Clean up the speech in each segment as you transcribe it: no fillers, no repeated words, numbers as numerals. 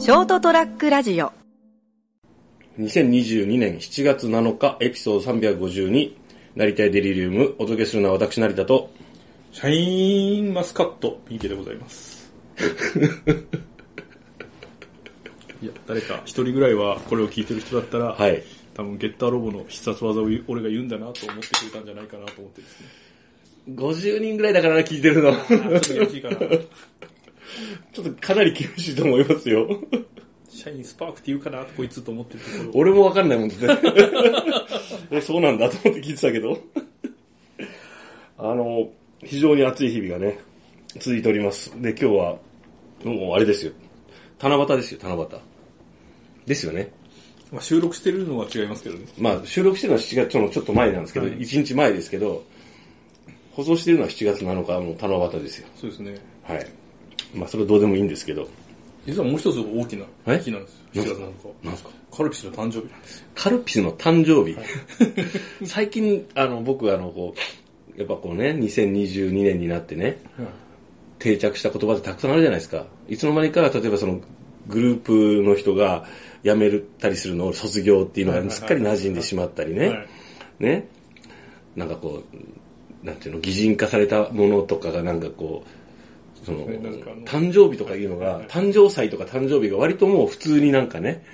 ショートトラックラジオ 2022年7月7日エピソード352成田デリリウム。お届けするのは私成田とシャインマスカット PK でございますいや誰か一人ぐらいはこれを聞いてる人だったら、 はい、 多分ゲッターロボの必殺技を俺が言うんだなと思ってくれたんじゃないかなと思ってですね。 50人ぐらいだからな、聞いてるの。ちょっと厳しいかな。ちょっとかなり厳しいと思いますよ。 シャインスパークって言うかなこいつと思ってるところ。 俺もわかんないもんですね。そうなんだと思って聞いてたけど。非常に暑い日々がね、続いております。で、今日は、もうあれですよ。七夕ですよ、七夕。ですよね。 まあ、収録してるのは違いますけどね。 まあ、収録してるのは7月のちょっと前なんですけど、1日前ですけど、放送してるのは7月7日の七夕ですよ。 そうですね。 はい。まあ、それはどうでもいいんですけど。 実はもう一つ大きな日なんですよ。7月7日。 何ですか？ カルピスの誕生日なんですよ。 カルピスの誕生日、はい、最近、僕やっぱこうね、2022年になってね、定着した言葉ってたくさんあるじゃないですか。いつの間にか、例えばその、グループの人が辞めたりするのを卒業っていうのがすっかり馴染んでしまったりね。ね。なんかこう、なんていうの、擬人化されたものとかがなんかこう、その、誕生日とかいうのが、誕生祭とか誕生日が割ともう普通になんかね、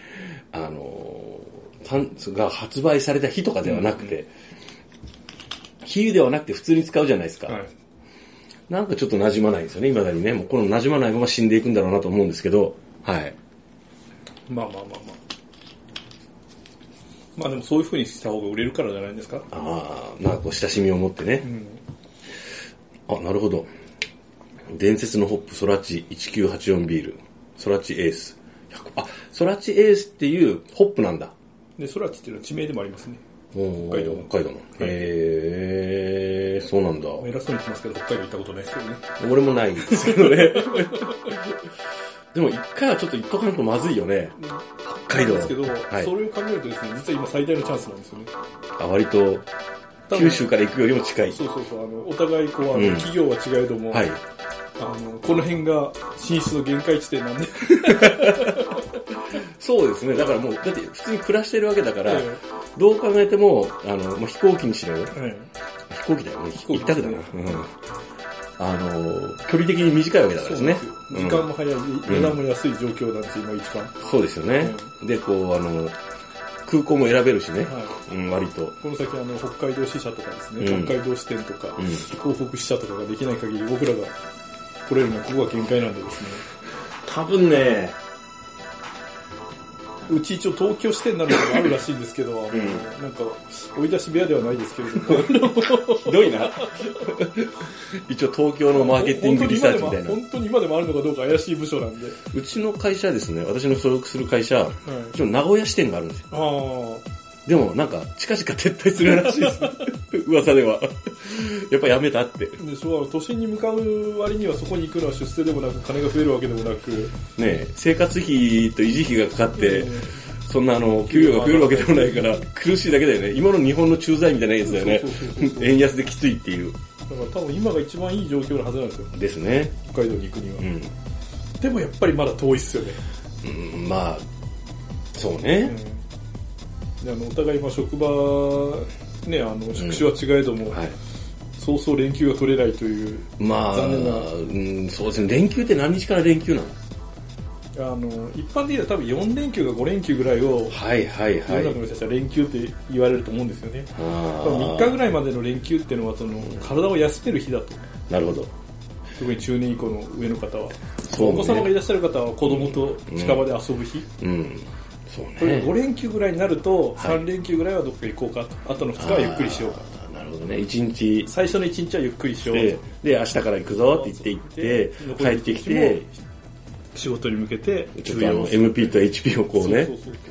が発売された日とかではなくて、比喩ではなくて普通に使うじゃないですか。はい、なんかちょっと馴染まないんですよね、未だにね。もうこの馴染まないまま死んでいくんだろうなと思うんですけど、はい。 まあ。まあでもそういう風にした方が売れるからじゃないですか。 ああ、なんかこう親しみを持ってね。あ、なるほど。伝説のホップ、ソラチ1984ビール。ソラチエース。ソラチエースっていうホップなんだ。 で、ソラチっていうのは地名でもありますね。北海道の。 そうなんだ。 偉そうに言ってますけど、北海道行ったことないですけどね。 俺もないですけどね。でも一回はちょっと行っとかんとまずいよね。北海道。 ですけど、はい、それを考えるとですね、実は今最大のチャンスなんですよね。 割と、九州から行くよりも近い。 そう。お互い企業は違えども、はい、この辺が進出の限界地点なんで。 そうですね。だからもう、だって普通に暮らしてるわけだから、どう考えても、もう飛行機にしろよ。飛行機だよね。一択だな。距離的に短いわけだからですね。 時間も早い、値段も安い状況なんですよ、今一番。 そうですよね。で、こう、空港も選べるしね。割と。 この先、北海道支社とかですね、北海道支店とか、東北支社とかができない限り、僕らが来れるのはここが限界なんでですね。 多分ね、 うち一応東京支店になるのがあるらしいんですけど、なんか、追い出し部屋ではないですけれども。 ひどいな。一応東京のマーケティングリサーチみたいな。 本当に今でもあるのかどうか怪しい部署なんで。 うちの会社ですね、私の所属する会社、一応名古屋支店があるんですよ。でもなんか、近々撤退するらしいです。噂では。やっぱやめたって。 で都心に向かう割にはそこに行くのは出世でもなく、金が増えるわけでもなく。 ねえ、生活費と維持費がかかって、そんな給料が増えるわけでもないから、苦しいだけだよね。今の日本の駐在みたいなやつだよね。円安できついっていう。 だから多分今が一番いい状況のはずなんですよ。 ですね。 北海道に行くには。でもやっぱりまだ遠いっすよね。 まあ、そうね。 でお互い職場、ね、職種は違えども、そうそう連休が取れないという、 まあ、 残念な。 そうですね。連休って何日から連休なの？ 一般的には多分4連休か5連休ぐらいを、世の中の人たちは連休って言われると思うんですよね。3日ぐらいまでの連休っていうのは、体を休める日だと。 なるほど。 特に中年以降の上の方は。お子様がいらっしゃる方は子供と近場で遊ぶ日。 そうね、 これ5連休ぐらいになると、3連休ぐらいはどっか行こうかと。あとの2日はゆっくりしようかと。 なるほどね。1日。 最初の1日はゆっくりしようと。 で、明日から行くぞって言って帰ってきて、 仕事に向けて、 ちょっとMP と HP をこうね。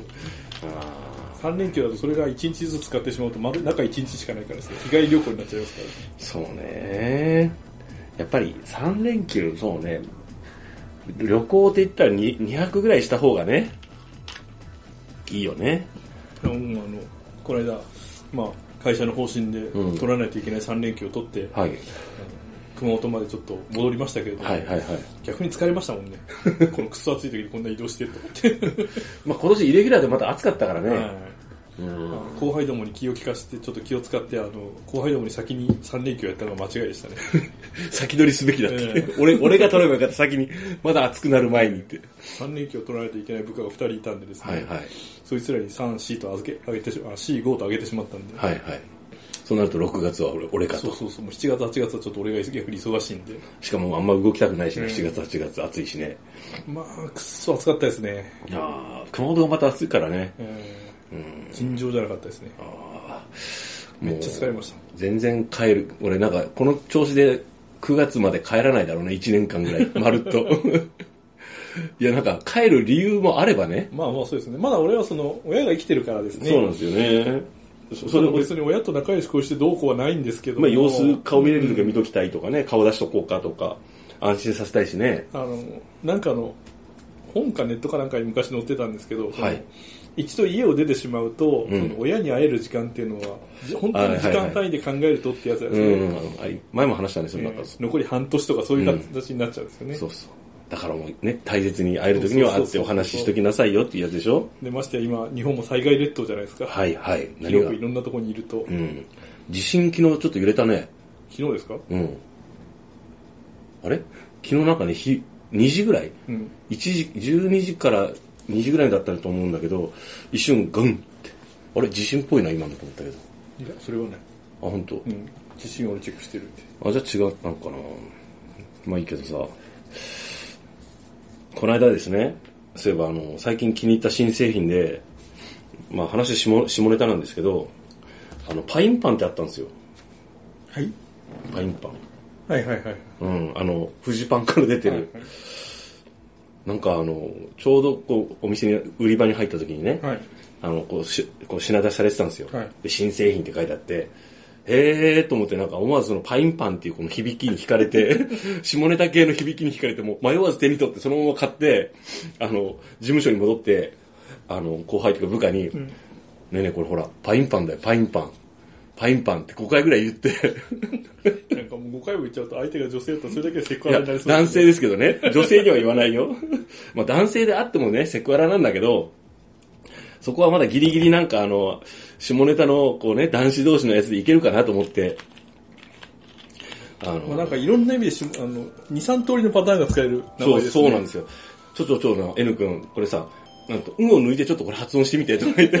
3連休だとそれが1日ずつ使ってしまうと、中1日しかないからですね。日帰り旅行になっちゃいますから。 そうね。やっぱり3連休、そうね。旅行って言ったら200ぐらいした方がね、いいよね。 この間、会社の方針で取らないといけない3連休を取って、9 熊本までちょっと戻りましたけれども、 はいはいはい、 逆に疲れましたもんね。このクソ暑い時にこんな移動してると思って。 まあ今年イレギュラーでまた暑かったからね。はい、 後輩どもに気を利かして、ちょっと気を使って、後輩どもに先に3連休やったのが間違いでしたね。 先取りすべきだって。俺が取ればよかった、先に。まだ暑くなる前にって。 3連休を取らないといけない部下が2人いたんでですね。 はいはい。 そいつらに3、4と上げて、4、5と上げてしまったんで。 はいはい。そうなると6月は俺かと。 そう。もう7月、8月はちょっと俺が逆に忙しいんで。 しかもあんま動きたくないしね、7月、8月暑いしね。 まあ、くっそ暑かったですね。 熊本がまた暑いからね。 尋常じゃなかったですね。めっちゃ疲れました。 全然帰る。俺なんか、この調子で9月まで帰らないだろうね、1年間ぐらい。まるっと。いや、なんか、帰る理由もあればね。 まあそうですね。まだ俺は親が生きてるからですね。 そうなんですよね。 それ別に親と仲良しこうしてどうこうはないんですけども。 まあ様子、顔見れるときは見ときたいとかね、顔出しとこうかとか、安心させたいしね。 なんか本かネットかなんかに昔載ってたんですけど、 はい。 一度家を出てしまうと、親に会える時間っていうのは、本当に時間単位で考えるとってやつですね。 前も話したんですよ、 残り半年とかそういう形になっちゃうんですよね。 そうそう。だからもうね、大切に会える時には会ってお話ししときなさいよっていうやつでしょ。 で、ましてや今、日本も災害列島じゃないですか。 はいはい。 広くいろんなところにいると。 地震昨日ちょっと揺れたね。 昨日ですか？ あれ昨日なんかね、2時ぐらい、12時から2時ぐらいだったと思うんだけど、一瞬グンって。あれ地震っぽいな今のと思ったけど。 いや、それはね。 あ、本当。 地震をチェックしてるって。 あ、じゃあ違ったのかな。まあいいけどさ。この間ですね、そういえば最近気に入った新製品で、まあ話下ネタなんですけど、パインパンってあったんですよ。 はい。 パインパン。 はいはいはい。 フジパンから出てる。はいはい、なんかちょうどこう、お店に、売り場に入った時にね、はい、こう品出しされてたんですよ。はい、で、新製品って書いてあって、へーと思ってなんか思わずそのパインパンっていうこの響きに惹かれて、下ネタ系の響きに惹かれても迷わず手に取ってそのまま買って、事務所に戻って、後輩とか部下に、ねえねえこれほら、パインパンだよ、パインパン。パインパンって5回ぐらい言って。 なんかもう5回も言っちゃうと相手が女性だったらそれだけでセクハラになりそうです、ね。男性ですけどね。女性には言わないよ。まあ男性であってもね、セクハラなんだけど、そこはまだギリギリなんか下ネタのこうね、男子同士のやつでいけるかなと思って。 まあなんかいろんな意味で2、3通りのパターンが使える名前ですね。 そうなんですよ。ちょ、N 君、これさ、なんと、を抜いてちょっとこれ発音してみてとか言って。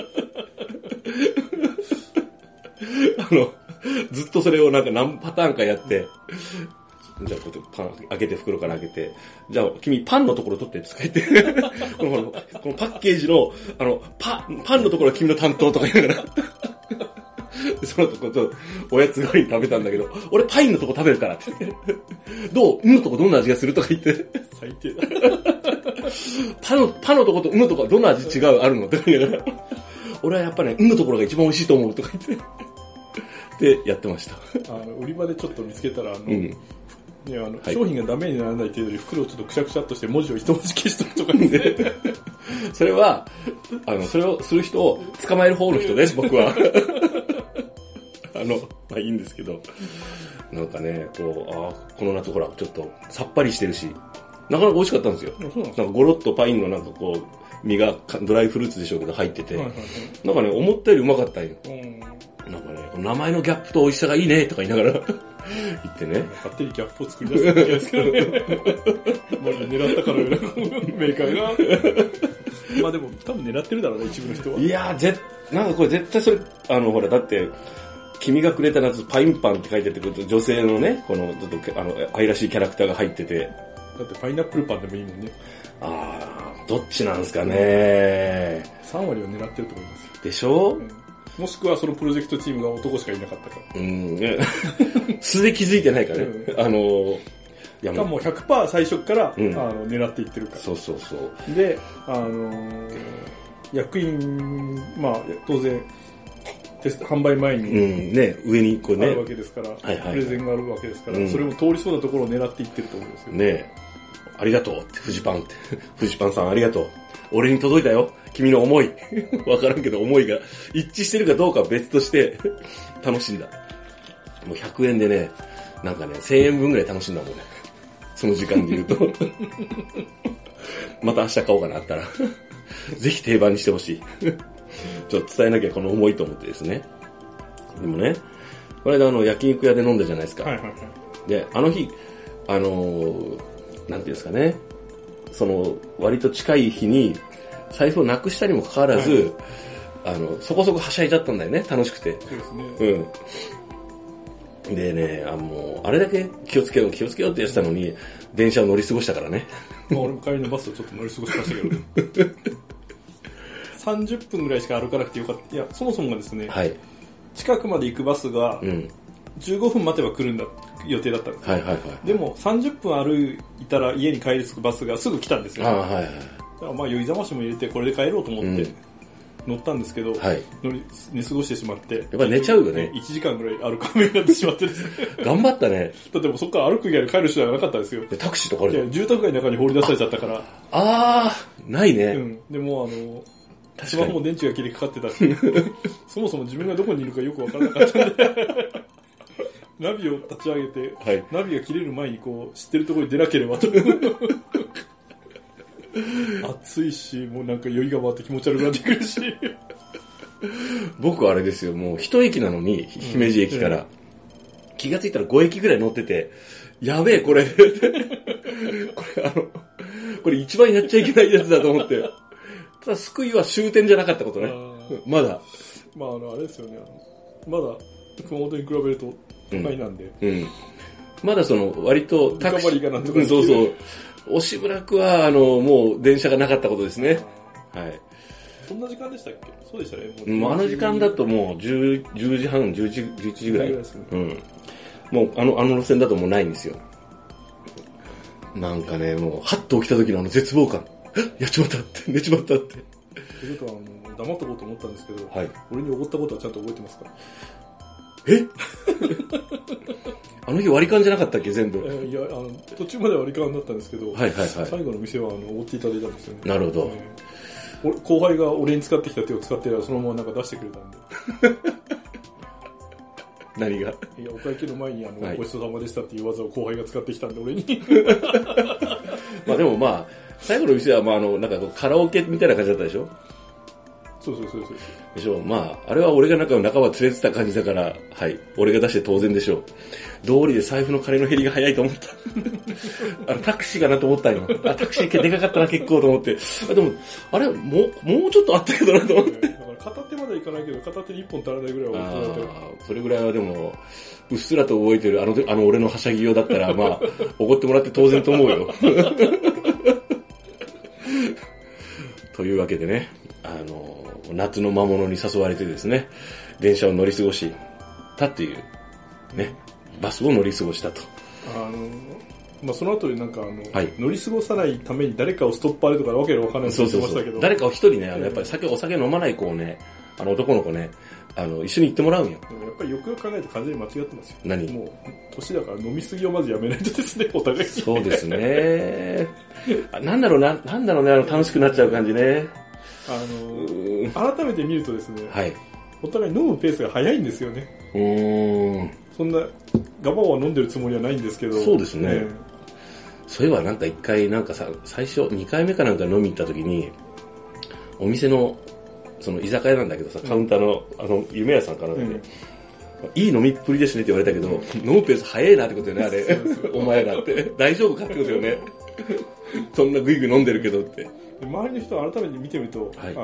ずっとそれをなんか何パターンかやって、じゃあこうやってパン開けて袋から開けて、じゃあ君パンのところ取ってとか言ってこのパッケージのパンのところは君の担当とか言いながらそのところおやつ代わりに食べたんだけど、俺パインのとこ食べるからってどうのとこどんな味がするとか言って最低だパのとことのとこはどんな味違うあるのとか言いながら俺はやっぱねのところが一番美味しいと思うとか言ってでやってました。 売り場でちょっと見つけたら商品がダメにならない程度に袋をちょっとくしゃくしゃっとして文字を一文字消しとくとかね。 それはそれをする人を捕まえる方の人です僕は。まあいいんですけど、なんかねこの夏ほらちょっとさっぱりしてるし、なかなか美味しかったんですよ。なんかゴロッとパインのなんかこう実がドライフルーツでしょうけど入ってて、なんかね思ったよりうまかったんよ。なんかね、名前のギャップと美味しさがいいねとか言いながら言ってね。 勝手にギャップを作り出すわけですからね。まだ狙ったからよな、メーカーが。まあでも多分狙ってるだろうね、一部の人は。いやなんかこれ絶対それ、ほら、だって、君がくれた夏パインパンって書いてあってくると、女性のね、この、ちょっと、愛らしいキャラクターが入ってて。 だってパイナップルパンでもいいもんね。 どっちなんすかね。 3割は狙ってると思いますよ。 でしょ？ もしくはそのプロジェクトチームが男しかいなかったか。 素で気づいてないからね。 いやもう 100% 最初から、狙っていってるから。 そう。 で、役員、まあ当然、販売前に、 上にこうね。 あるわけですから、プレゼンがあるわけですから、それも通りそうなところを狙っていってると思うんですよ。 ねありがとうって、フジパンさんありがとう。俺に届いたよ。君の思い。わからんけど思いが一致してるかどうかは別として楽しんだ。もう100円でね、 なんかね、1000円分ぐらい楽しんだもんね。その時間で言うと。また明日買おうかな、あったら。ぜひ定番にしてほしい。ちょっと伝えなきゃこの思いと思ってですね。でもね、この間焼肉屋で飲んだじゃないですか。 はいはいはい。 で、あの日、なんていうんですかね、割と近い日に、財布をなくしたにもかかわらず、はい、そこそこはしゃいじゃったんだよね、楽しくて。 そうですね。 うん。でね、あれだけ気をつけようってやってたのに、電車を乗り過ごしたからね。 まあ俺も帰りのバスをちょっと乗り過ごしましたけど。30分ぐらいしか歩かなくてよかった。いや、そもそもがですね、はい、近くまで行くバスが、15分待てば来る予定だったんですよ。はいはいはい。でも30分歩いたら家に帰り着くバスがすぐ来たんですよ。はいはい。だからまあ酔いざましも入れてこれで帰ろうと思って、乗ったんですけど、はい、寝過ごしてしまって。 やっぱ寝ちゃうよね。 1時間ぐらい歩く羽目になってしまってですね。 頑張ったね。 だってもうそこから歩く以外に帰る手段がなかったんですよ。 タクシーとかあるじゃん。 住宅街の中に放り出されちゃったから。 ないね。 うん。でもスマホも電池が切れかかってたし、そもそも自分がどこにいるかよくわからなかったんで、ナビを立ち上げて、はい、ナビが切れる前に知ってるところに出なければと。暑いし、もうなんか酔いが回って気持ち悪くなってくるし。 僕はあれですよ、もう一駅なのに、姫路駅から、気がついたら5駅ぐらい乗ってて、やべえ、これ一番やっちゃいけないやつだと思って。ただ救いは終点じゃなかったことね。まだ。 まああれですよね。まだ熊本に比べると都会なんで。 まだ割とタクシーがなんとか。 そうそう。押村区はもう電車がなかったことですね。はい。 そんな時間でしたっけ？そうでしたね。もう時間だともう10時半、11時ぐらい。もうあの路線だともうないんですよ。なんかね、もうハッと起きた時の絶望感。やっちまったって、寝ちまったって。 ということは黙っとこうと思ったんですけど、はい、俺におごったことはちゃんと覚えてますか？ あの日割り勘じゃなかったっけ、全部。 いや、途中まで割り勘だったんですけど、はいはいはい、最後の店はおごっていただいたんですよね。 なるほど。 後輩が俺に使ってきた手を使ってそのままなんか出してくれたんで。 何が？ いや、お会計の前にはい、ごちそうさまでしたっていう技を後輩が使ってきたんで、俺に。 まあでもまあ、最後の店はなんかカラオケみたいな感じだったでしょ？ そう。 でしょ？まあ、あれは俺が仲間連れてた感じだから、はい。俺が出して当然でしょう。道理で財布の金の減りが早いと思った。タクシーかなと思ったよ。タクシーでかかったな結構と思って。でも、あれ、もうちょっとあったけどなと思って。 だから片手まではいかないけど、片手に1本足らないぐらいは覚えてる。 それぐらいはでも、うっすらと覚えてる俺のはしゃぎようだったら、まあ、おごってもらって当然と思うよ。というわけでね、夏の魔物に誘われてですね、電車を乗り過ごしたっていう、ね、バスを乗り過ごしたと。 まあ、その後になんかはい、乗り過ごさないために誰かをストッパーでとかわけわかんないって言ってましたけど。 誰かを一人ね、やっぱりお酒飲まない子をね、男の子ね、一緒に行ってもらうんよ。 でもやっぱりよくよく考えると完全に間違ってますよ。 何？ もう、年だから飲みすぎをまずやめないとですね、お互いに。 そうですね。なんだろうね、楽しくなっちゃう感じね。 改めて見るとですね、はい、お互い飲むペースが早いんですよね。そんな、ガバは飲んでるつもりはないんですけど。 そうですね。そういえばなんか一回、なんか最初、2回目かなんか飲みに行った時に、お店の、居酒屋なんだけどさ、カウンターの、夢屋さんからね、いい飲みっぷりですねって言われたけど、飲むペース早いなってことよね、あれ。お前らって。大丈夫かってことよね。そんなグイグイ飲んでるけどって。 周りの人を改めて見てみると、はい、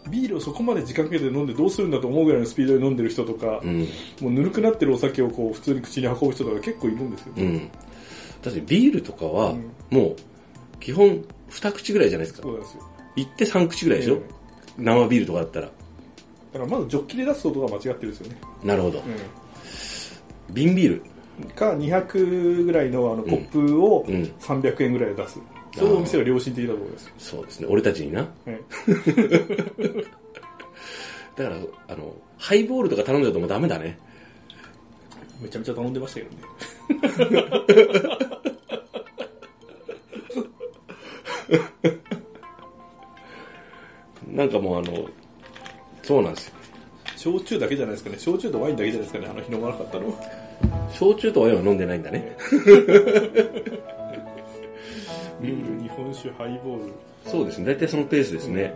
ビールをそこまで時間かけて飲んでどうするんだと思うぐらいのスピードで飲んでる人とか、もうぬるくなってるお酒を普通に口に運ぶ人とか結構いるんですよ。 だってビールとかは、もう、基本2口ぐらいじゃないですか。 そうですよ。 行って3口ぐらいでしょ、生ビールとかだったら。 だからまずジョッキで出すことが間違ってるんですよね。 なるほど。瓶ビールか200ぐらいのコップを300円ぐらいで出す。そういうお店は良心的だと思います。 そうですね。俺たちにな。だから、ハイボールとか頼んじゃうともうダメだね。 めちゃめちゃ頼んでましたけどね。 なんかもうそうなんですよ。 焼酎だけじゃないですかね。焼酎とワインだけじゃないですかね。あの日飲まなかったのは。 焼酎とワインは飲んでないんだね。 ビール、日本酒、ハイボール。 そうですね。大体そのペースですね。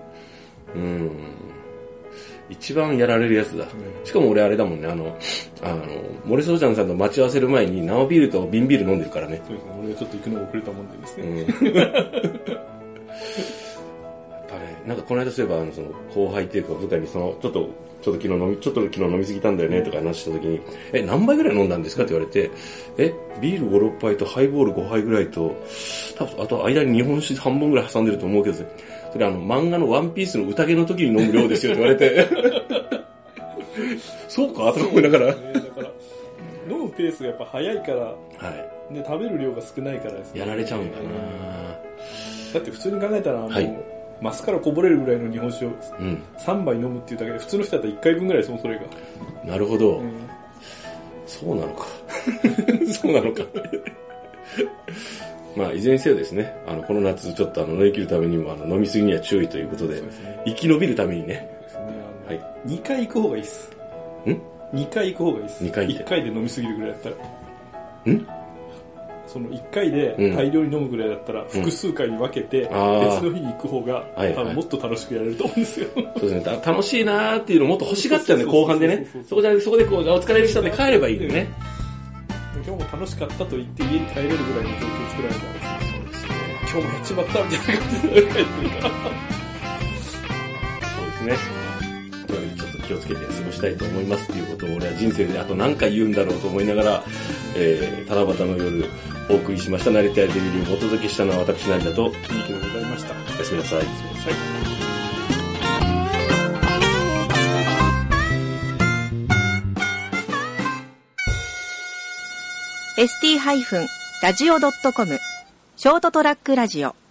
一番やられるやつだ。しかも俺あれだもんね、モレソーちゃんさんと待ち合わせる前に生ビールと瓶ビール飲んでるからね。 そうですね。俺はちょっと行くの遅れたもんでですね。 なんかこの間そういえばその後輩っていうか部下にちょっと昨日飲みすぎたんだよねとか話した時に、何杯ぐらい飲んだんですかって言われて、ビール5、6杯とハイボール5杯ぐらいと、多分あと間に日本酒半本ぐらい挟んでると思うけど、それ漫画のワンピースの宴の時に飲む量ですよって言われて、そうかと思いながら。 だから飲むペースがやっぱ早いから、ね、食べる量が少ないからですね。 やられちゃうんだな。 だって普通に考えたらマスからこぼれるぐらいの日本酒を3杯飲むっていうだけで普通の人だったら1回分ぐらいですもん、それが。 なるほど。そうなのか。そうなのか。まあ、いずれにせよですね、この夏ちょっと乗り切るためにも飲みすぎには注意ということで、生き延びるためにね。 2回行く方がいいです。2回行く方がいいです。1回で飲みすぎるぐらいだったら。その1回で大量に飲むぐらいだったら、複数回に分けて別の日に行く方が、多分もっと楽しくやれると思うんですよ。 そうですね。楽しいなーっていうのをもっと欲しがっちゃうんで、後半でね。そこでお疲れでしたんで帰ればいいんでね。 今日も楽しかったと言って家に帰れるぐらいの状況を作られたら、そうですね。今日もやっちまったみたいな感じで帰ってるから。 そうですね。ちょっと気をつけて過ごしたいと思いますっていうことを俺は人生であと何回言うんだろうと思いながら、七夕の夜お送りしました成田屋デリリウムをお届けしたのは私成田といい気でございました。 おやすみなさい。 ST-radio.com ショートトラックラジオ